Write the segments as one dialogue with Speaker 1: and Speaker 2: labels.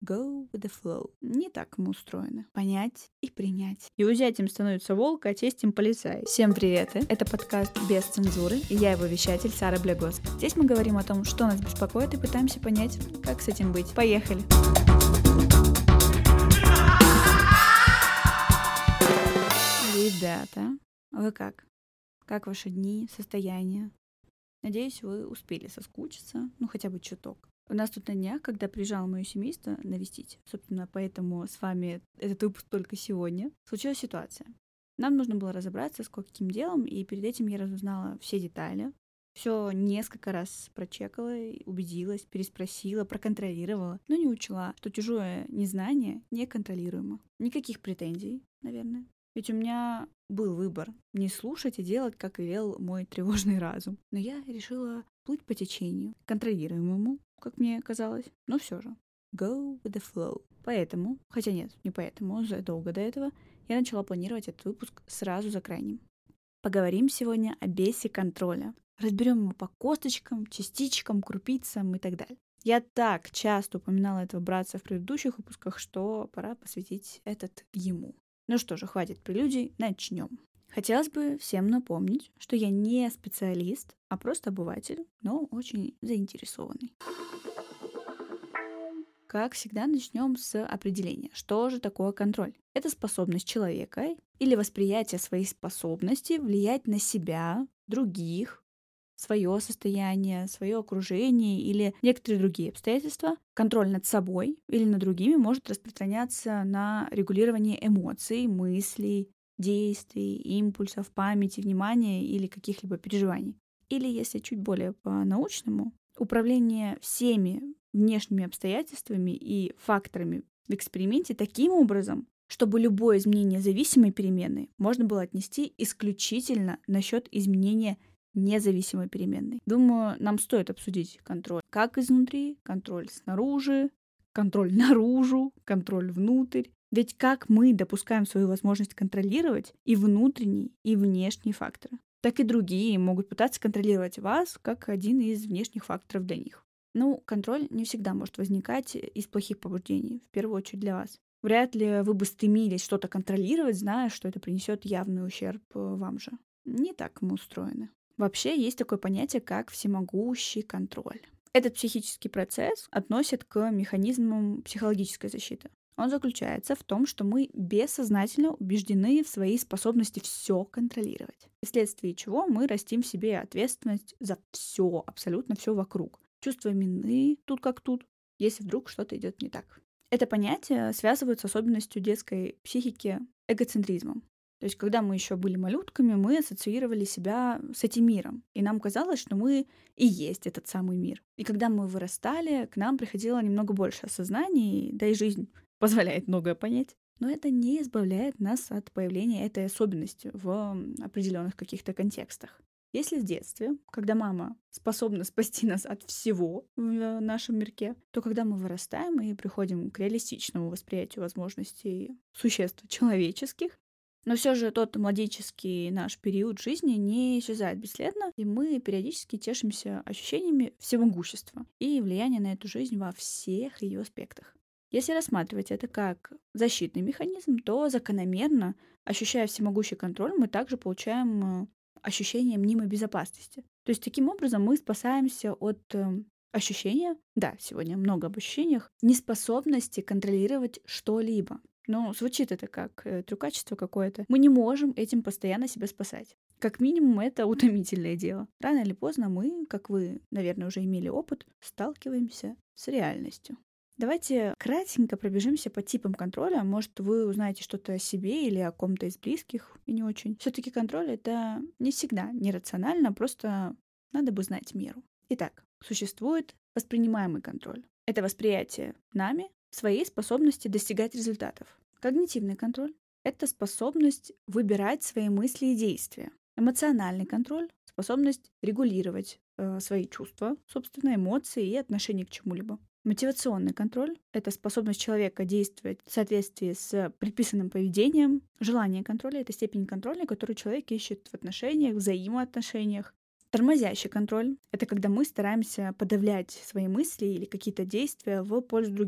Speaker 1: Go with the flow. Не так мы устроены. Понять и принять. И узятием становится волк, а тестем полицай. Всем привет! Это подкаст «Без цензуры», и я его вещатель Сара Блягос. Здесь мы говорим о том, что нас беспокоит, и пытаемся понять, как с этим быть. Поехали! Ребята, вы как? Как ваши дни, состояние? Надеюсь, вы успели соскучиться, хотя бы чуток. У нас тут на днях, когда приезжало мое семейство навестить, собственно, поэтому с вами этот выпуск только сегодня, случилась ситуация. Нам нужно было разобраться с кое-каким делом, и перед этим я разузнала все детали, все несколько раз прочекала, убедилась, переспросила, проконтролировала, но не учла, что чужое незнание неконтролируемо. Никаких претензий, наверное. Ведь у меня был выбор не слушать и делать, как велел мой тревожный разум. Но я решила плыть по течению, контролируемому, как мне казалось, но все же. Go with the flow. Поэтому, хотя нет, не поэтому, задолго до этого, я начала планировать этот выпуск сразу за крайним. Поговорим сегодня о бесе контроля. Разберем его по косточкам, частичкам, крупицам и так далее. Я так часто упоминала этого братца в предыдущих выпусках, что пора посвятить этот ему. Ну что же, хватит прелюдий, начнем. Хотелось бы всем напомнить, что я не специалист, а просто обыватель, но очень заинтересованный. Как всегда, начнем с определения. Что же такое контроль? Это способность человека или восприятие своих способностей влиять на себя, других, свое состояние, свое окружение или некоторые другие обстоятельства. Контроль над собой или над другими может распространяться на регулирование эмоций, мыслей, действий, импульсов, памяти, внимания или каких-либо переживаний. Или, если чуть более по-научному, управление всеми внешними обстоятельствами и факторами в эксперименте таким образом, чтобы любое изменение зависимой переменной можно было отнести исключительно на счет изменения независимой переменной. Думаю, нам стоит обсудить контроль как изнутри, контроль снаружи, контроль наружу, контроль внутрь. Ведь как мы допускаем свою возможность контролировать и внутренние, и внешние факторы, так и другие могут пытаться контролировать вас как один из внешних факторов для них. Контроль не всегда может возникать из плохих побуждений, в первую очередь для вас. Вряд ли вы бы стремились что-то контролировать, зная, что это принесет явный ущерб вам же. Не так мы устроены. Вообще есть такое понятие, как всемогущий контроль. Этот психический процесс относят к механизмам психологической защиты. Он заключается в том, что мы бессознательно убеждены в своей способности все контролировать, вследствие чего мы растим в себе ответственность за все, абсолютно все вокруг. Чувство вины тут как тут, если вдруг что-то идет не так. Это понятие связывают с особенностью детской психики эгоцентризмом. То есть, когда мы еще были малютками, мы ассоциировали себя с этим миром. И нам казалось, что мы и есть этот самый мир. И когда мы вырастали, к нам приходило немного больше осознания, да и жизнь позволяет многое понять. Но это не избавляет нас от появления этой особенности в определенных каких-то контекстах. Если в детстве, когда мама способна спасти нас от всего в нашем мирке, то когда мы вырастаем и приходим к реалистичному восприятию возможностей существ человеческих, но все же тот младенческий наш период жизни не исчезает бесследно, и мы периодически тешимся ощущениями всемогущества и влияния на эту жизнь во всех ее аспектах. Если рассматривать это как защитный механизм, то закономерно, ощущая всемогущий контроль, мы также получаем ощущение мнимой безопасности. То есть таким образом мы спасаемся от ощущения, да, сегодня много об ощущениях, неспособности контролировать что-либо. Но звучит это как трюкачество какое-то. Мы не можем этим постоянно себя спасать. Как минимум, это утомительное дело. Рано или поздно мы, как вы, наверное, уже имели опыт, сталкиваемся с реальностью. Давайте кратенько пробежимся по типам контроля. Может, вы узнаете что-то о себе или о ком-то из близких, и не очень. Все-таки контроль — это не всегда нерационально, просто надо бы знать меру. Итак, существует воспринимаемый контроль. Это восприятие нами своей способности достигать результатов. Когнитивный контроль — это способность выбирать свои мысли и действия. Эмоциональный контроль — способность регулировать свои чувства, собственно, эмоции и отношение к чему-либо. Мотивационный контроль — это способность человека действовать в соответствии с предписанным поведением. Желание контроля — это степень контроля, которую человек ищет в отношениях, взаимоотношениях. Тормозящий контроль — это когда мы стараемся подавлять свои мысли или какие-то действия в пользу других.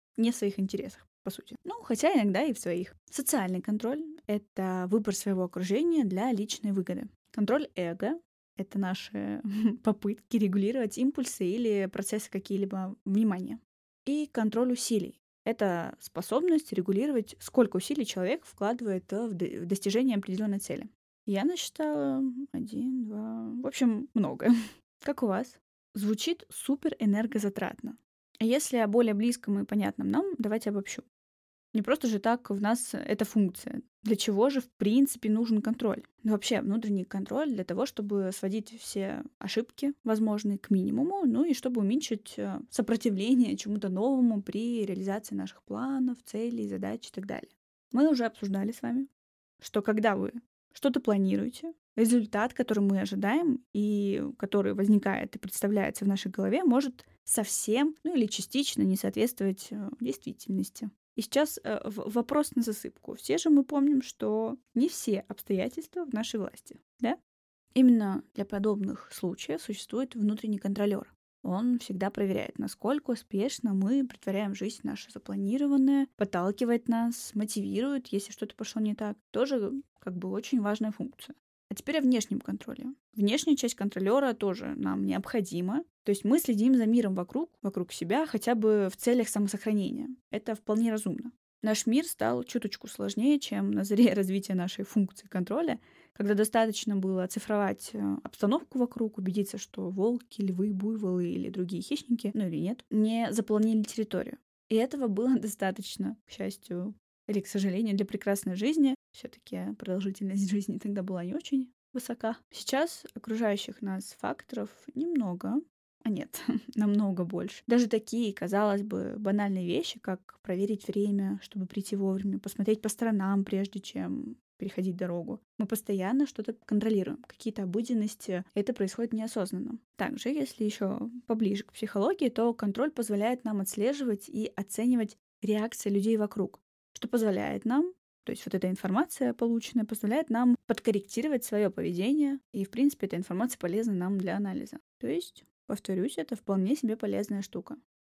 Speaker 1: не в своих интересах, по сути. Ну, хотя иногда и в своих. Социальный контроль — это выбор своего окружения для личной выгоды. Контроль эго — это наши попытки регулировать импульсы или процессы какие-либо внимания. И контроль усилий — это способность регулировать, сколько усилий человек вкладывает в достижение определенной цели. Я насчитала 1, 2, в общем, много. Как у вас? Звучит супер энергозатратно. А если о более близком и понятном нам, давайте обобщу. Не просто же так в нас эта функция. Для чего же в принципе нужен контроль? Ну, вообще, внутренний контроль для того, чтобы сводить все ошибки возможные к минимуму, ну и чтобы уменьшить сопротивление чему-то новому при реализации наших планов, целей, задач и так далее. Мы уже обсуждали с вами, что когда вы что-то планируете, результат, который мы ожидаем и который возникает и представляется в нашей голове, может совсем, ну или частично не соответствовать действительности. И сейчас вопрос на засыпку. Все же мы помним, что не все обстоятельства в нашей власти, да? Именно для подобных случаев существует внутренний контролер. Он всегда проверяет, насколько успешно мы претворяем в жизнь наше запланированное, подталкивает нас, мотивирует, если что-то пошло не так. Тоже как бы очень важная функция. А теперь о внешнем контроле. Внешняя часть контролера тоже нам необходима. То есть мы следим за миром вокруг себя, хотя бы в целях самосохранения. Это вполне разумно. Наш мир стал чуточку сложнее, чем на заре развития нашей функции контроля, когда достаточно было оцифровать обстановку вокруг, убедиться, что волки, львы, буйволы или другие хищники, ну или нет, не заполонили территорию. И этого было достаточно, к счастью или, к сожалению, для прекрасной жизни. Все-таки продолжительность жизни тогда была не очень высока. Сейчас окружающих нас факторов немного, а нет, намного больше. Даже такие, казалось бы, банальные вещи, как проверить время, чтобы прийти вовремя, посмотреть по сторонам, прежде чем переходить дорогу. Мы постоянно что-то контролируем, какие-то обыденности. Это происходит неосознанно. Также, если еще поближе к психологии, то контроль позволяет нам отслеживать и оценивать реакции людей вокруг, что позволяет нам, то есть вот эта информация полученная, позволяет нам подкорректировать свое поведение, и, в принципе, эта информация полезна нам для анализа. То есть, повторюсь, это вполне себе полезная штука.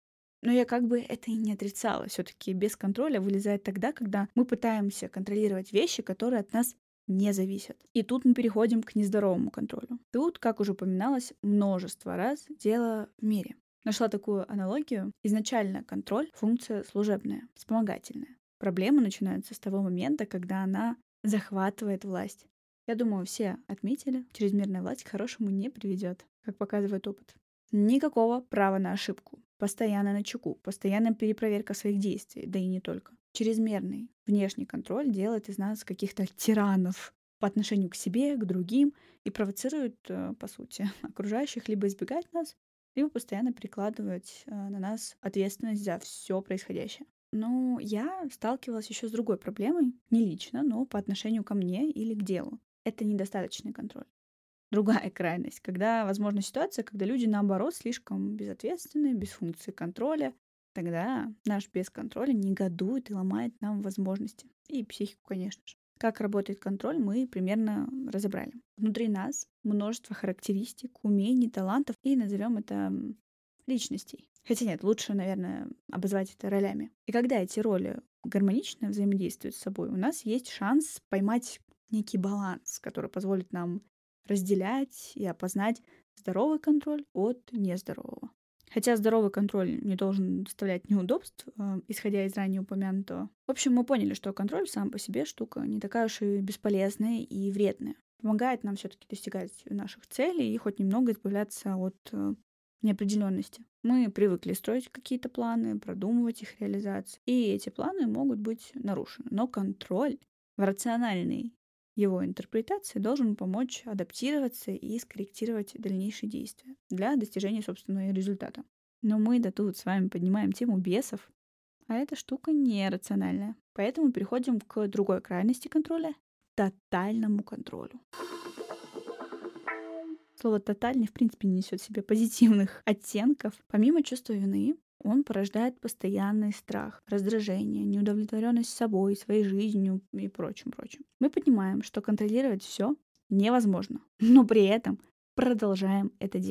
Speaker 1: Но я как бы это и не отрицала. Все-таки без контроля вылезает тогда, когда мы пытаемся контролировать вещи, которые от нас не зависят. И тут мы переходим к нездоровому контролю. Тут, как уже упоминалось множество раз, дело в мире. Нашла такую аналогию. Изначально контроль — функция служебная, вспомогательная. Проблемы начинаются с того момента, когда она захватывает власть. Я думаю, все отметили, чрезмерная власть к хорошему не приведет, как показывает опыт. Никакого права на ошибку. Постоянно начеку, постоянная перепроверка своих действий, да и не только. Чрезмерный внешний контроль делает из нас каких-то тиранов по отношению к себе, к другим и провоцирует, по сути, окружающих либо избегать нас, либо постоянно перекладывать на нас ответственность за все происходящее. Ну, я сталкивалась еще с другой проблемой, не лично, но по отношению ко мне или к делу. Это недостаточный контроль. Другая крайность, когда возможна ситуация, когда люди, наоборот, слишком безответственны, без функции контроля. Тогда наш без контроля негодует и ломает нам возможности. И психику, конечно же. Как работает контроль, мы примерно разобрали. Внутри нас множество характеристик, умений, талантов, и назовем это личностей. Хотя нет, лучше, наверное, обозвать это ролями. И когда эти роли гармонично взаимодействуют с собой, у нас есть шанс поймать некий баланс, который позволит нам разделять и опознать здоровый контроль от нездорового. Хотя здоровый контроль не должен доставлять неудобств, исходя из ранее упомянутого. В общем, мы поняли, что контроль сам по себе штука не такая уж и бесполезная и вредная. Помогает нам все-таки достигать наших целей и хоть немного избавляться от неопределенности. Мы привыкли строить какие-то планы, продумывать их реализацию, и эти планы могут быть нарушены. Но контроль в рациональной его интерпретации должен помочь адаптироваться и скорректировать дальнейшие действия для достижения собственного результата. Но мы тут с вами поднимаем тему бесов, а эта штука нерациональная. Поэтому переходим к другой крайности контроля — тотальному контролю. Слово «тотальный» в принципе не несет в себе позитивных оттенков. Помимо чувства вины, он порождает постоянный страх, раздражение, неудовлетворенность собой, своей жизнью и прочим. Мы понимаем, что контролировать все невозможно, но при этом продолжаем это делать.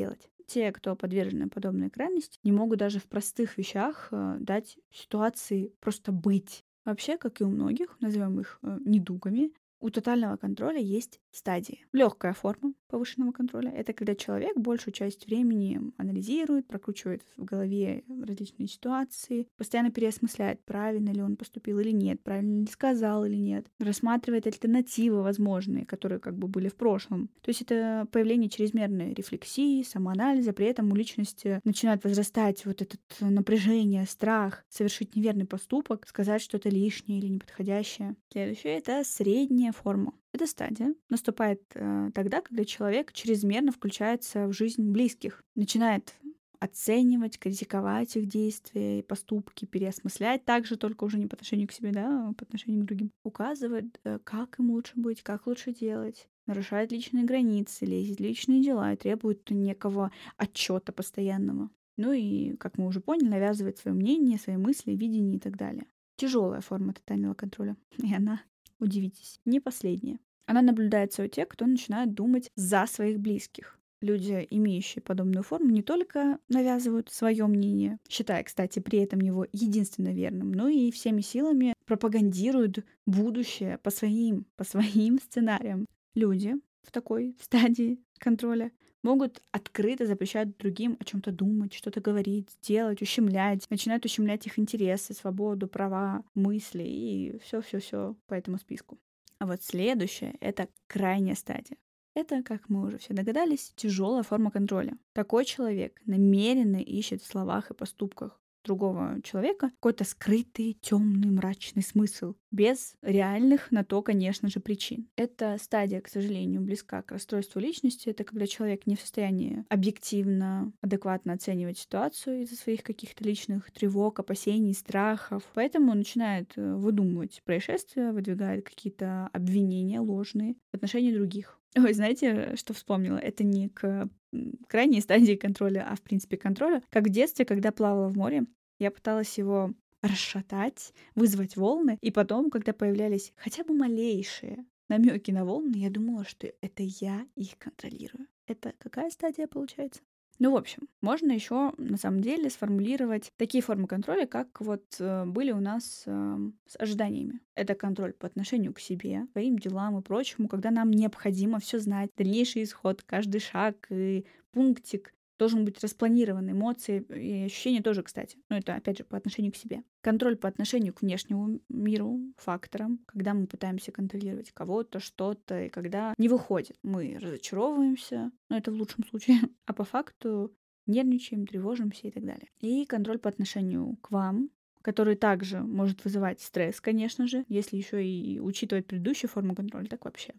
Speaker 1: те, кто подвержены подобной крайности, не могут даже в простых вещах дать ситуации просто быть. Вообще, как и у многих, назовем их недугами, у тотального контроля есть стадии. Легкая форма повышенного контроля — это когда человек большую часть времени анализирует, прокручивает в голове различные ситуации, постоянно переосмысляет, правильно ли он поступил или нет, правильно ли сказал или нет, рассматривает альтернативы возможные, которые как бы были в прошлом. То есть это появление чрезмерной рефлексии, самоанализа, при этом у личности начинает возрастать вот это напряжение, страх совершить неверный поступок, сказать что-то лишнее или неподходящее. Следующее — это средняя форма. Эта стадия наступает тогда, когда человек чрезмерно включается в жизнь близких, начинает оценивать, критиковать их действия и поступки, переосмыслять также, только уже не по отношению к себе, да, а по отношению к другим. Указывает, как им лучше быть, как лучше делать, нарушает личные границы, лезет в личные дела и требует некого отчета постоянного. Ну и, как мы уже поняли, навязывает свое мнение, свои мысли, видение и так далее. Тяжелая форма тотального контроля. И она, удивитесь, не последняя. Она наблюдается у тех, кто начинает думать за своих близких. Люди, имеющие подобную форму, не только навязывают свое мнение, считая, кстати, при этом его единственно верным, но и всеми силами пропагандируют будущее по своим сценариям. Люди в такой стадии контроля могут открыто запрещать другим о чем-то думать, что-то говорить, делать, ущемлять, начинают ущемлять их интересы, свободу, права, мысли и все по этому списку. А вот следующее — это крайняя стадия. Это, как мы уже все догадались, тяжелая форма контроля. Такой человек намеренно ищет в словах и поступках другого человека какой-то скрытый, темный, мрачный смысл, без реальных на то, конечно же, причин. Эта стадия, к сожалению, близка к расстройству личности. Это когда человек не в состоянии объективно, адекватно оценивать ситуацию из-за своих каких-то личных тревог, опасений, страхов. Поэтому он начинает выдумывать происшествия, выдвигает какие-то обвинения ложные в отношении других. Ой, знаете, что вспомнила? Это не к крайней стадии контроля, а в принципе контроля. Как в детстве, когда плавала в море, я пыталась его расшатать, вызвать волны, и потом, когда появлялись хотя бы малейшие намеки на волны, я думала, что это я их контролирую. Это какая стадия получается? Ну, в общем, можно еще на самом деле сформулировать такие формы контроля, как вот были у нас с ожиданиями. Это контроль по отношению к себе, своим делам и прочему, когда нам необходимо все знать, дальнейший исход, каждый шаг и пунктик должен быть распланирован, эмоции и ощущения тоже, кстати. Но это, опять же, по отношению к себе. Контроль по отношению к внешнему миру, факторам, когда мы пытаемся контролировать кого-то, что-то, и когда не выходит. Мы разочаровываемся, но это в лучшем случае, а по факту нервничаем, тревожимся и так далее. И контроль по отношению к вам, который также может вызывать стресс, конечно же, если еще и учитывать предыдущую форму контроля, так вообще.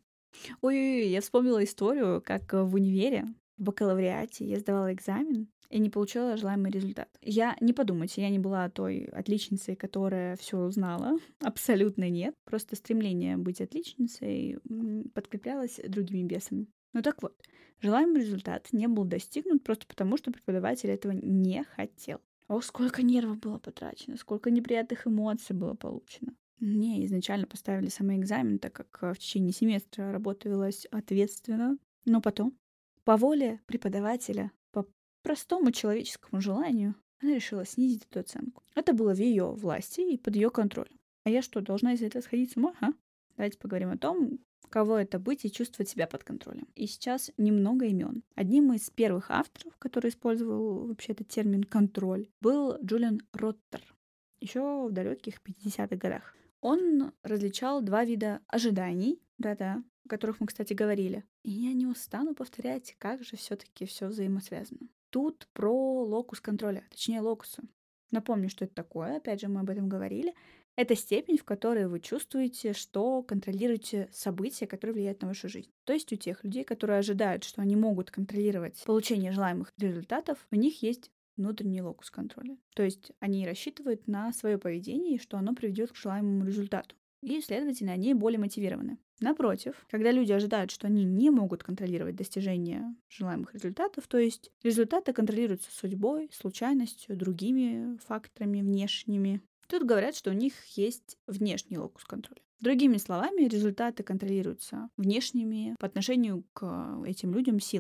Speaker 1: Ой, я вспомнила историю, как в универе, в бакалавриате я сдавала экзамен и не получила желаемый результат. Не подумайте, я не была той отличницей, которая все узнала. Абсолютно нет. Просто стремление быть отличницей подкреплялось другими бесами. Ну так вот, желаемый результат не был достигнут просто потому, что преподаватель этого не хотел. Ох, сколько нервов было потрачено, сколько неприятных эмоций было получено. Мне изначально поставили самый экзамен, так как в течение семестра работа велась ответственно. Но потом, по воле преподавателя, по простому человеческому желанию, она решила снизить эту оценку. Это было в ее власти и под ее контролем. А я что, должна из-за этого сходить с ума? Давайте поговорим о том, каково это быть и чувствовать себя под контролем. И сейчас немного имен. Одним из первых авторов, который использовал вообще этот термин «контроль», был Джулиан Роттер, еще в далеких 50-х годах. Он различал два вида ожиданий, да-да, о которых мы, кстати, говорили. И я не устану повторять, как же все-таки все взаимосвязано. Тут про локус контроля, точнее локусы. Напомню, что это такое, опять же, мы об этом говорили. Это степень, в которой вы чувствуете, что контролируете события, которые влияют на вашу жизнь. То есть у тех людей, которые ожидают, что они могут контролировать получение желаемых результатов, у них есть внутренний локус контроля. То есть они рассчитывают на свое поведение, что оно приведет к желаемому результату. И, следовательно, они более мотивированы. Напротив, когда люди ожидают, что они не могут контролировать достижение желаемых результатов, то есть результаты контролируются судьбой, случайностью, другими факторами внешними, тут говорят, что у них есть внешний локус контроля. Другими словами, результаты контролируются внешними по отношению к этим людям силами.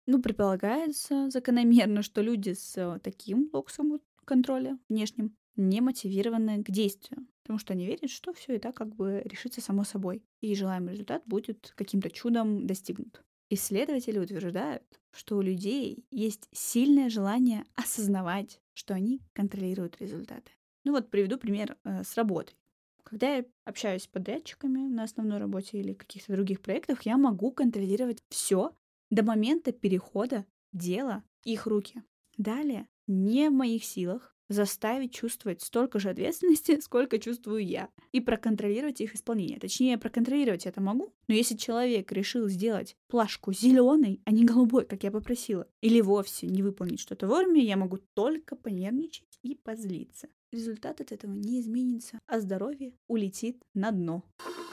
Speaker 1: Предполагается закономерно, что люди с таким локусом вот контроля внешним не мотивированы к действию, потому что они верят, что все и так как бы решится само собой, и желаемый результат будет каким-то чудом достигнут. Исследователи утверждают, что у людей есть сильное желание осознавать, что они контролируют результаты. Приведу пример с работой. Когда я общаюсь с подрядчиками на основной работе или каких-то других проектах, я могу контролировать все до момента перехода дела в их руки. Далее, не в моих силах заставить чувствовать столько же ответственности, сколько чувствую я, и проконтролировать их исполнение. Точнее, проконтролировать это могу, но если человек решил сделать плашку зеленой, а не голубой, как я попросила, или вовсе не выполнить что-то вовремя, я могу только понервничать и позлиться. Результат от этого не изменится, а здоровье улетит на дно.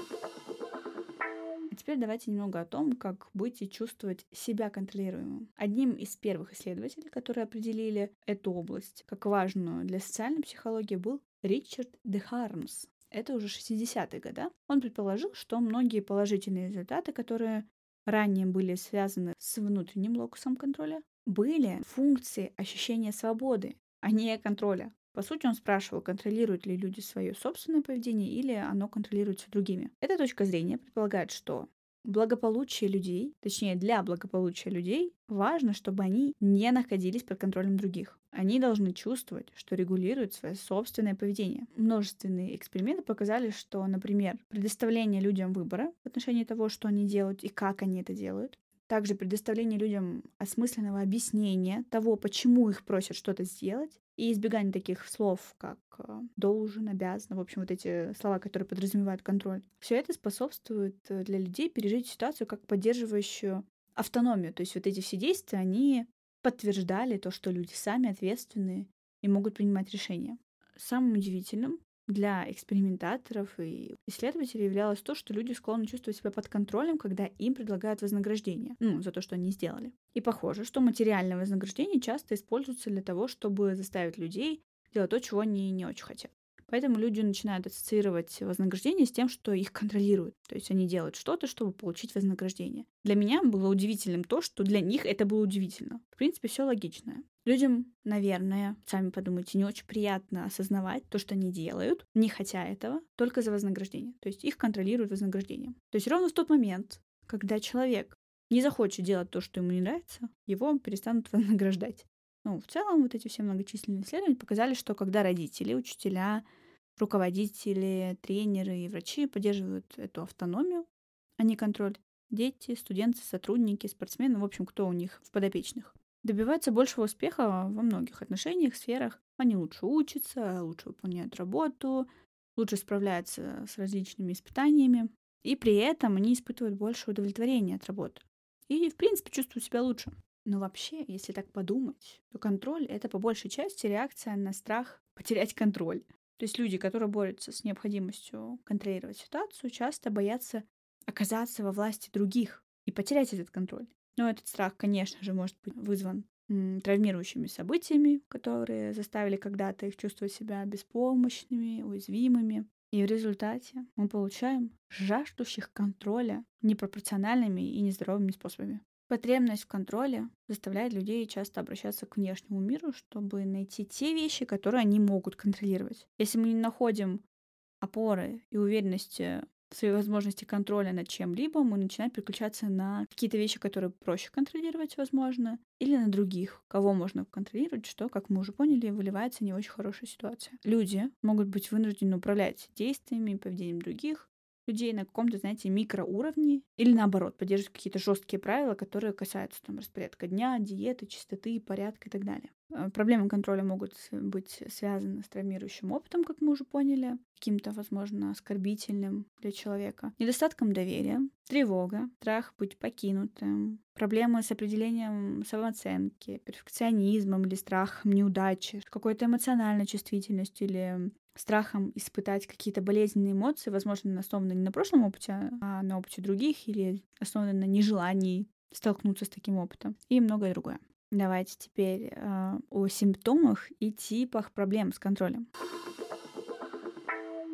Speaker 1: А теперь давайте немного о том, как быть и чувствовать себя контролируемым. Одним из первых исследователей, которые определили эту область как важную для социальной психологии, был Ричард де Хармс. Это уже 60-е годы. Он предположил, что многие положительные результаты, которые ранее были связаны с внутренним локусом контроля, были функцией ощущения свободы, а не контроля. По сути, он спрашивал, контролируют ли люди свое собственное поведение или оно контролируется другими. Эта точка зрения предполагает, что благополучие людей, точнее для благополучия людей, важно, чтобы они не находились под контролем других. Они должны чувствовать, что регулируют свое собственное поведение. Множественные эксперименты показали, что, например, предоставление людям выбора в отношении того, что они делают и как они это делают, также предоставление людям осмысленного объяснения того, почему их просят что-то сделать, и избегание таких слов, как должен, обязан, в общем, вот эти слова, которые подразумевают контроль. Все это способствует для людей пережить ситуацию как поддерживающую автономию. То есть вот эти все действия, они подтверждали то, что люди сами ответственные и могут принимать решения. Самым удивительным для экспериментаторов и исследователей являлось то, что люди склонны чувствовать себя под контролем, когда им предлагают вознаграждение, за то, что они сделали. И похоже, что материальное вознаграждение часто используется для того, чтобы заставить людей делать то, чего они не очень хотят. Поэтому люди начинают ассоциировать вознаграждение с тем, что их контролируют. То есть они делают что-то, чтобы получить вознаграждение. Для меня было удивительным то, что для них это было удивительно. В принципе, все логично. Людям, наверное, сами подумайте, не очень приятно осознавать то, что они делают, не хотя этого, только за вознаграждение. То есть их контролирует вознаграждение. То есть ровно в тот момент, когда человек не захочет делать то, что ему не нравится, его перестанут вознаграждать. В целом, вот эти все многочисленные исследования показали, что когда родители, учителя, руководители, тренеры и врачи поддерживают эту автономию, а не контроль, дети, студенты, сотрудники, спортсмены, в общем, кто у них в подопечных, добиваются большего успеха во многих отношениях, сферах. Они лучше учатся, лучше выполняют работу, лучше справляются с различными испытаниями. И при этом они испытывают больше удовлетворения от работы. И, в принципе, чувствуют себя лучше. Но вообще, если так подумать, то контроль — это по большей части реакция на страх потерять контроль. То есть люди, которые борются с необходимостью контролировать ситуацию, часто боятся оказаться во власти других и потерять этот контроль. Но этот страх, конечно же, может быть вызван травмирующими событиями, которые заставили когда-то их чувствовать себя беспомощными, уязвимыми. И в результате мы получаем жаждущих контроля непропорциональными и нездоровыми способами. Потребность в контроле заставляет людей часто обращаться к внешнему миру, чтобы найти те вещи, которые они могут контролировать. Если мы не находим опоры и уверенности в своей возможности контроля над чем-либо, мы начинаем переключаться на какие-то вещи, которые проще контролировать, возможно, или на других, кого можно контролировать, что, как мы уже поняли, выливается в не очень хорошая ситуация. Люди могут быть вынуждены управлять действиями и поведением других людей на каком-то, микроуровне, или наоборот, поддерживать какие-то жесткие правила, которые касаются распорядка дня, диеты, чистоты, порядка и так далее. Проблемы контроля могут быть связаны с травмирующим опытом, как мы уже поняли, каким-то, возможно, оскорбительным для человека, недостатком доверия, тревога, страх быть покинутым, проблемы с определением самооценки, перфекционизмом или страхом неудачи, какой-то эмоциональной чувствительностью или страхом испытать какие-то болезненные эмоции, возможно, основанные не на прошлом опыте, а на опыте других, или основанные на нежелании столкнуться с таким опытом, и многое другое. Давайте теперь о симптомах и типах проблем с контролем.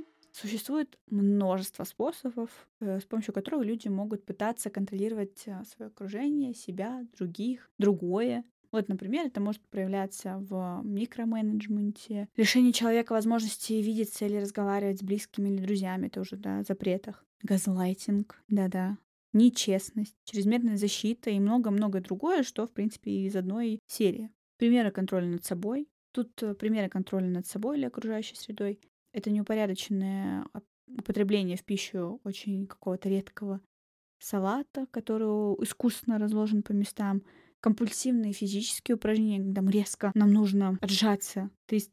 Speaker 1: Существует множество способов, с помощью которых люди могут пытаться контролировать свое окружение, себя, других, другое. Вот, например, это может проявляться в микроменеджменте, лишении человека возможности видеться или разговаривать с близкими или друзьями, это уже, да, запретах. Газлайтинг, да-да. Нечестность, чрезмерная защита и много-много другое, что, в принципе, из одной серии. Примеры контроля над собой. Тут примеры контроля над собой или окружающей средой. Это неупорядоченное употребление в пищу очень какого-то редкого салата, который искусственно разложен по местам, компульсивные физические упражнения, когда нам нужно отжаться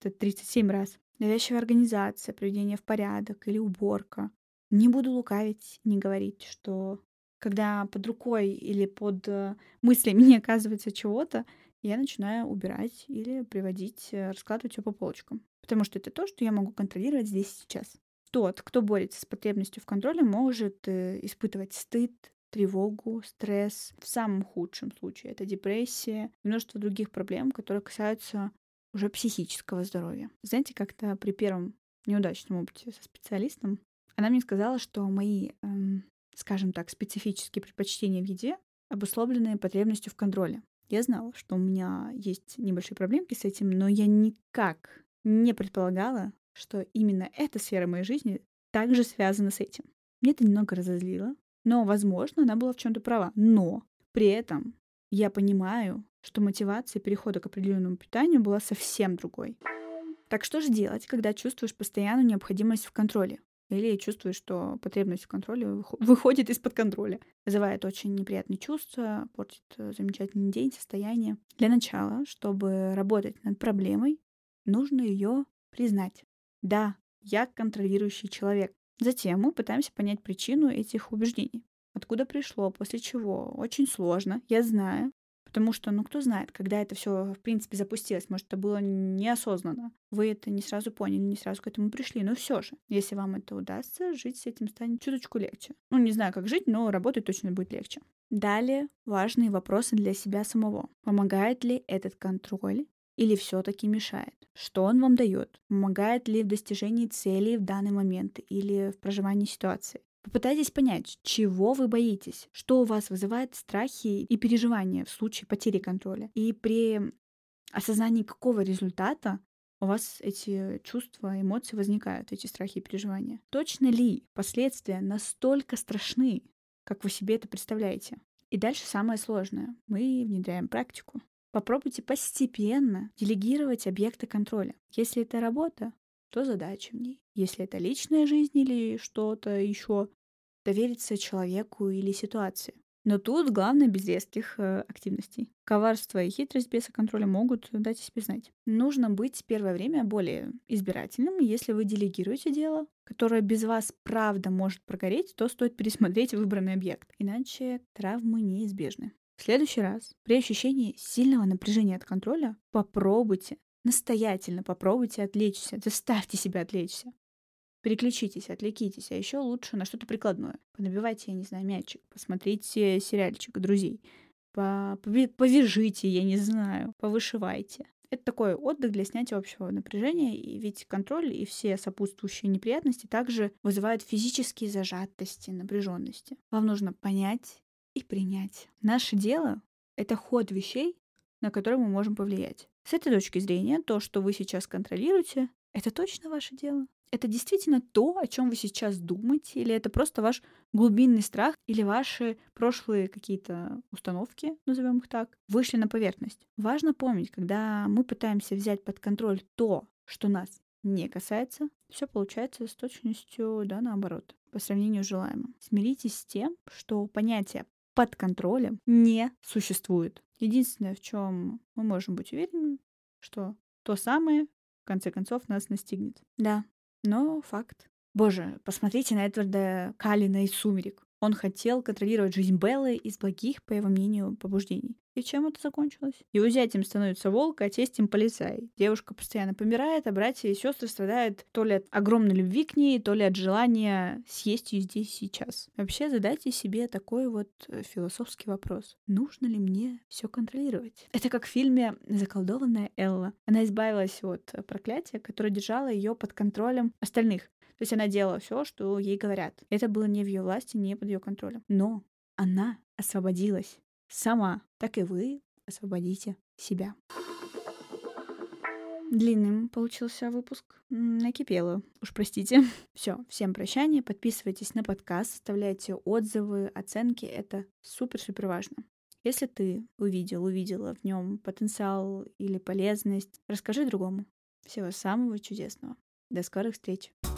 Speaker 1: 337 раз, навязчивая организация, приведение в порядок или уборка. Не буду лукавить, не говорить, что когда под рукой или под мыслями не оказывается чего-то, я начинаю убирать или приводить, раскладывать все по полочкам. Потому что это то, что я могу контролировать здесь и сейчас. Тот, кто борется с потребностью в контроле, может испытывать стыд, тревогу, стресс. В самом худшем случае это депрессия и множество других проблем, которые касаются уже психического здоровья. Знаете, как-то при первом неудачном опыте со специалистом она мне сказала, что мои, скажем так, специфические предпочтения в еде обусловлены потребностью в контроле. Я знала, что у меня есть небольшие проблемки с этим, но я никак не предполагала, что именно эта сфера моей жизни также связана с этим. Мне это немного разозлило, но, возможно, она была в чем-то права. Но при этом я понимаю, что мотивация перехода к определенному питанию была совсем другой. Так что же делать, когда чувствуешь постоянную необходимость в контроле? Или чувствуешь, что потребность в контроле выходит из-под контроля? Вызывает очень неприятные чувства, портит замечательный день, состояние. Для начала, чтобы работать над проблемой, нужно ее признать. Да, я контролирующий человек. Затем мы пытаемся понять причину этих убеждений. Откуда пришло, после чего. Очень сложно, я знаю. Потому что, кто знает, когда это все в принципе запустилось. Может, это было неосознанно. Вы это не сразу поняли, не сразу к этому пришли. Но все же, если вам это удастся, жить с этим станет чуточку легче. Не знаю, как жить, но работать точно будет легче. Далее важные вопросы для себя самого. Помогает ли этот контроль или все-таки мешает? Что он вам дает? Помогает ли в достижении целей в данный момент или в проживании ситуации? Попытайтесь понять, чего вы боитесь, что у вас вызывает страхи и переживания в случае потери контроля. И при осознании какого результата у вас эти чувства, эмоции возникают, эти страхи и переживания. Точно ли последствия настолько страшны, как вы себе это представляете? И дальше самое сложное. Мы внедряем практику. Попробуйте постепенно делегировать объекты контроля. Если это работа, то задачи в ней. Если это личная жизнь или что-то еще, довериться человеку или ситуации. Но тут главное без резких активностей. Коварство и хитрость без контроля могут дать о себе знать. Нужно быть первое время более избирательным. Если вы делегируете дело, которое без вас правда может прогореть, то стоит пересмотреть выбранный объект. Иначе травмы неизбежны. В следующий раз при ощущении сильного напряжения от контроля попробуйте, настоятельно попробуйте отвлечься, заставьте себя отвлечься. Переключитесь, отвлекитесь, а еще лучше на что-то прикладное. Понабивайте, я не знаю, мячик, посмотрите сериальчик «Друзей», повяжите, я не знаю, повышивайте. Это такой отдых для снятия общего напряжения, и ведь контроль и все сопутствующие неприятности также вызывают физические зажатости, напряженности. Вам нужно понять и принять. Наше дело — это ход вещей, на которые мы можем повлиять. С этой точки зрения, то, что вы сейчас контролируете, это точно ваше дело. Это действительно то, о чем вы сейчас думаете, или это просто ваш глубинный страх, или ваши прошлые какие-то установки, назовем их так, вышли на поверхность. Важно помнить, когда мы пытаемся взять под контроль то, что нас не касается, все получается с точностью, да, наоборот, по сравнению с желаемым. Смиритесь с тем, что понятие под контролем не существует. Единственное, в чем мы можем быть уверены, что то самое, в конце концов, нас настигнет. Да, но факт. Боже, посмотрите на Эдварда Каллена из «Сумерек». Он хотел контролировать жизнь Беллы из благих, по его мнению, побуждений. И чем это закончилось? Его зятем становится волк, а тестем полицай. Девушка постоянно помирает, а братья и сестры страдают то ли от огромной любви к ней, то ли от желания съесть ее здесь и сейчас. Вообще задайте себе такой вот философский вопрос. Нужно ли мне все контролировать? Это как в фильме «Заколдованная Элла». Она избавилась от проклятия, которое держало ее под контролем остальных. То есть она делала все, что ей говорят. Это было не в ее власти, не под ее контролем. Но она освободилась сама. Так и вы освободите себя. Длинным получился выпуск. Накипело. Уж простите. Все, всем прощание. Подписывайтесь на подкаст, оставляйте отзывы, оценки. Это супер-супер важно. Если ты увидела в нем потенциал или полезность, расскажи другому. Всего самого чудесного. До скорых встреч.